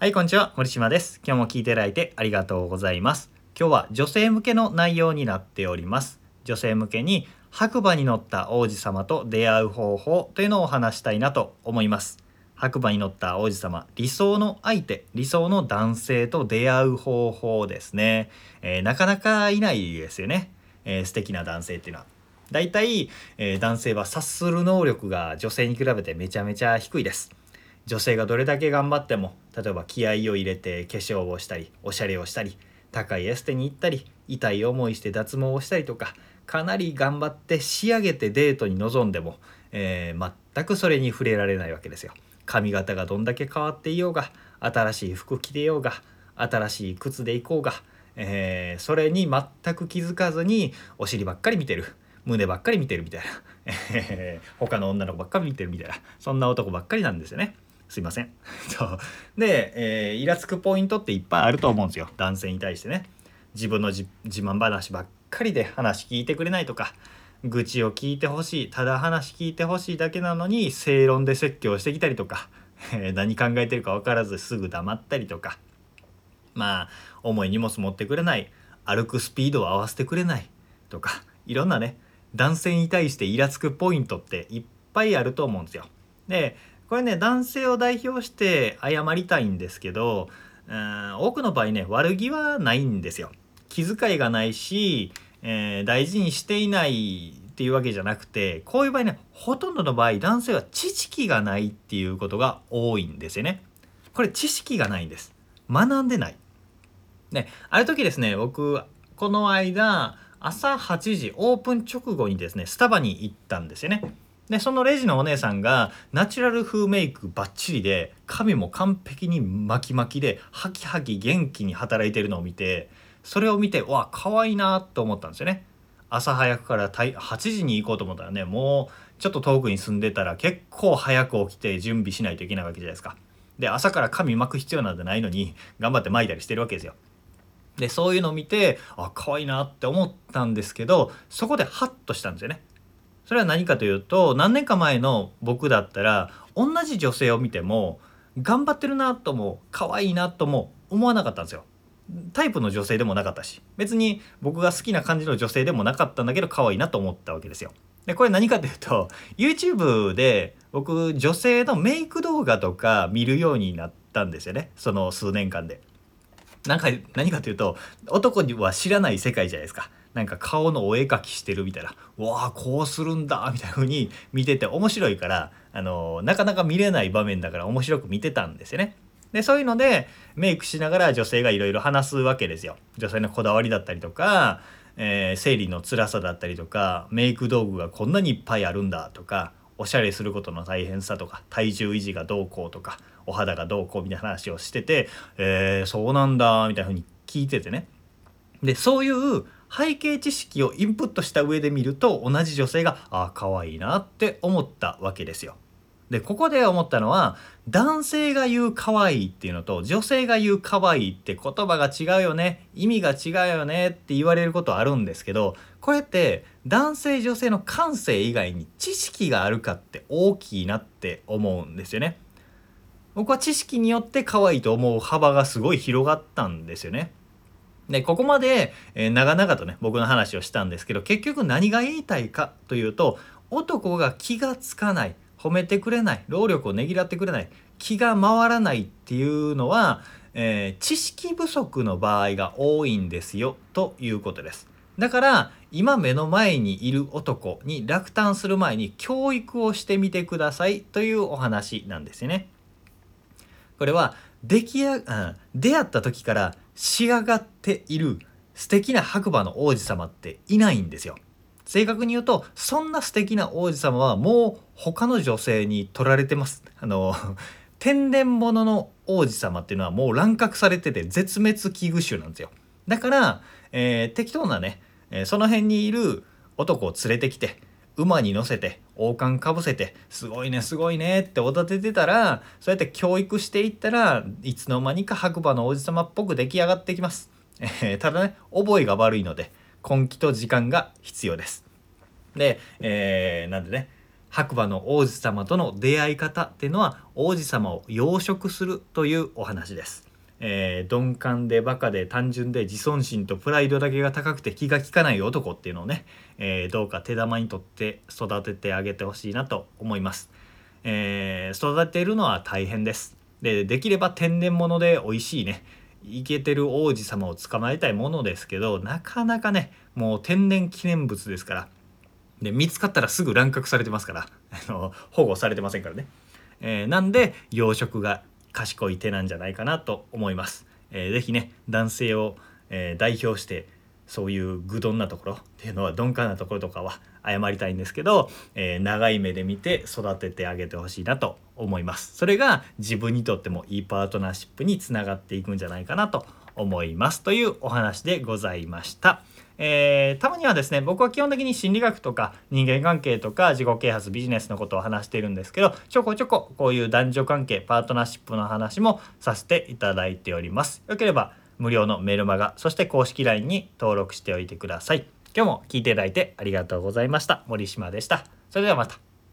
はい、こんにちは。森島です。今日も聞いていただいてありがとうございます。今日は女性向けの内容になっております。女性向けに白馬に乗った王子様と出会う方法というのをお話したいなと思います。白馬に乗った王子様、理想の相手、理想の男性と出会う方法ですね。なかなかいないですよね。素敵な男性っていうのは。だいたい、男性は察する能力が女性に比べてめちゃめちゃ低いです。女性がどれだけ頑張っても、例えば気合を入れて化粧をしたりおしゃれをしたり高いエステに行ったり痛い思いして脱毛をしたりとか、かなり頑張って仕上げてデートに臨んでも、全くそれに触れられないわけですよ。髪型がどんだけ変わっていようが、新しい服着ていようが、新しい靴で行こうが、それに全く気づかずにお尻ばっかり見てる、胸ばっかり見てるみたいな他の女の子ばっかり見てるみたいな、そんな男ばっかりなんですよね。すいませんそうで、イラつくポイントっていっぱいあると思うんですよ。男性に対してね、自分の自慢話ばっかりで話聞いてくれないとか、愚痴を聞いてほしい、ただ話聞いてほしいだけなのに正論で説教してきたりとか、何考えてるか分からずすぐ黙ったりとか、重い荷物持ってくれない、歩くスピードを合わせてくれないとか、いろんなね、男性に対してイラつくポイントっていっぱいあると思うんですよ。でこれね、男性を代表して謝りたいんですけど、多くの場合ね、悪気はないんですよ。気遣いがないし、大事にしていないっていうわけじゃなくて、こういう場合ね、ほとんどの場合男性は知識がないっていうことが多いんですよね。これ知識がないんです。学んでない。ね、ある時ですね、僕この間朝8時オープン直後にですね、スタバに行ったんですよね。でそのレジのお姉さんがナチュラル風メイクバッチリで、髪も完璧に巻き巻きでハキハキ元気に働いてるのを見て、それを見て、わ可愛いなと思ったんですよね。朝早くから8時に行こうと思ったらね、もうちょっと遠くに住んでたら結構早く起きて準備しないといけないわけじゃないですか。で朝から髪巻く必要なんてないのに頑張って巻いたりしてるわけですよ。でそういうのを見て、可愛いなって思ったんですけど、そこでハッとしたんですよね。それは何かというと、何年か前の僕だったら同じ女性を見ても頑張ってるなとも可愛いなとも思わなかったんですよ。タイプの女性でもなかったし、別に僕が好きな感じの女性でもなかったんだけど可愛いなと思ったわけですよ。でこれ何かというと、 YouTube で僕女性のメイク動画とか見るようになったんですよね、その数年間で。何かというと、男には知らない世界じゃないですか。なんか顔のお絵描きしてるみたいな、うわあこうするんだみたいな風に見てて面白いから、なかなか見れない場面だから面白く見てたんですよね。でそういうのでメイクしながら女性がいろいろ話すわけですよ。女性のこだわりだったりとか、生理の辛さだったりとか、メイク道具がこんなにいっぱいあるんだとか、おしゃれすることの大変さとか、体重維持がどうこうとか、お肌がどうこうみたいな話をしてて、そうなんだみたいな風に聞いててね。でそういう背景知識をインプットした上で見ると、同じ女性が可愛いなって思ったわけですよ。でここで思ったのは、男性が言う可愛いっていうのと女性が言う可愛いって言葉が違うよね、意味が違うよねって言われることあるんですけど、これって男性女性の感性以外に知識があるかって大きいなって思うんですよね。僕は知識によって可愛いと思う幅がすごい広がったんですよね。でここまで、長々とね僕の話をしたんですけど、結局何が言いたいかというと、男が気がつかない、褒めてくれない、労力をねぎらってくれない、気が回らないっていうのは、知識不足の場合が多いんですよということです。だから今目の前にいる男に落胆する前に教育をしてみてくださいというお話なんですよね。これは出会った時から仕上がっている素敵な白馬の王子様っていないんですよ。正確に言うと、そんな素敵な王子様はもう他の女性に取られてます。天然物の王子様っていうのはもう乱獲されてて絶滅危惧種なんですよ。だから、適当なね、その辺にいる男を連れてきて、馬に乗せて王冠かぶせて、すごいねすごいねっておだててたら、そうやって教育していったらいつの間にか白馬の王子様っぽく出来上がってきます。ただね、覚えが悪いので根気と時間が必要です。で、なんでね、 白馬の王子様との出会い方っていうのは王子様を養殖するというお話です。鈍感でバカで単純で自尊心とプライドだけが高くて気が利かない男っていうのをね、どうか手玉に取って育ててあげてほしいなと思います。育てるのは大変です。できれば天然物で美味しいねイケてる王子様を捕まえたいものですけど、なかなかねもう天然記念物ですから、で見つかったらすぐ乱獲されてますから保護されてませんからね、なんで養殖が賢い手なんじゃないかなと思います。ぜひね男性を、代表してそういう愚鈍なところっていうのは鈍感なところとかは謝りたいんですけど、長い目で見て育ててあげてほしいなと思います。それが自分にとってもいいパートナーシップにつながっていくんじゃないかなと思いますというお話でございました。たまにはですね僕は基本的に心理学とか人間関係とか自己啓発ビジネスのことを話しているんですけど、ちょこちょここういう男女関係パートナーシップの話もさせていただいております。よければ無料のメルマガそして公式 LINE に登録しておいてください。今日も聞いていただいてありがとうございました。森島でした。それではまた。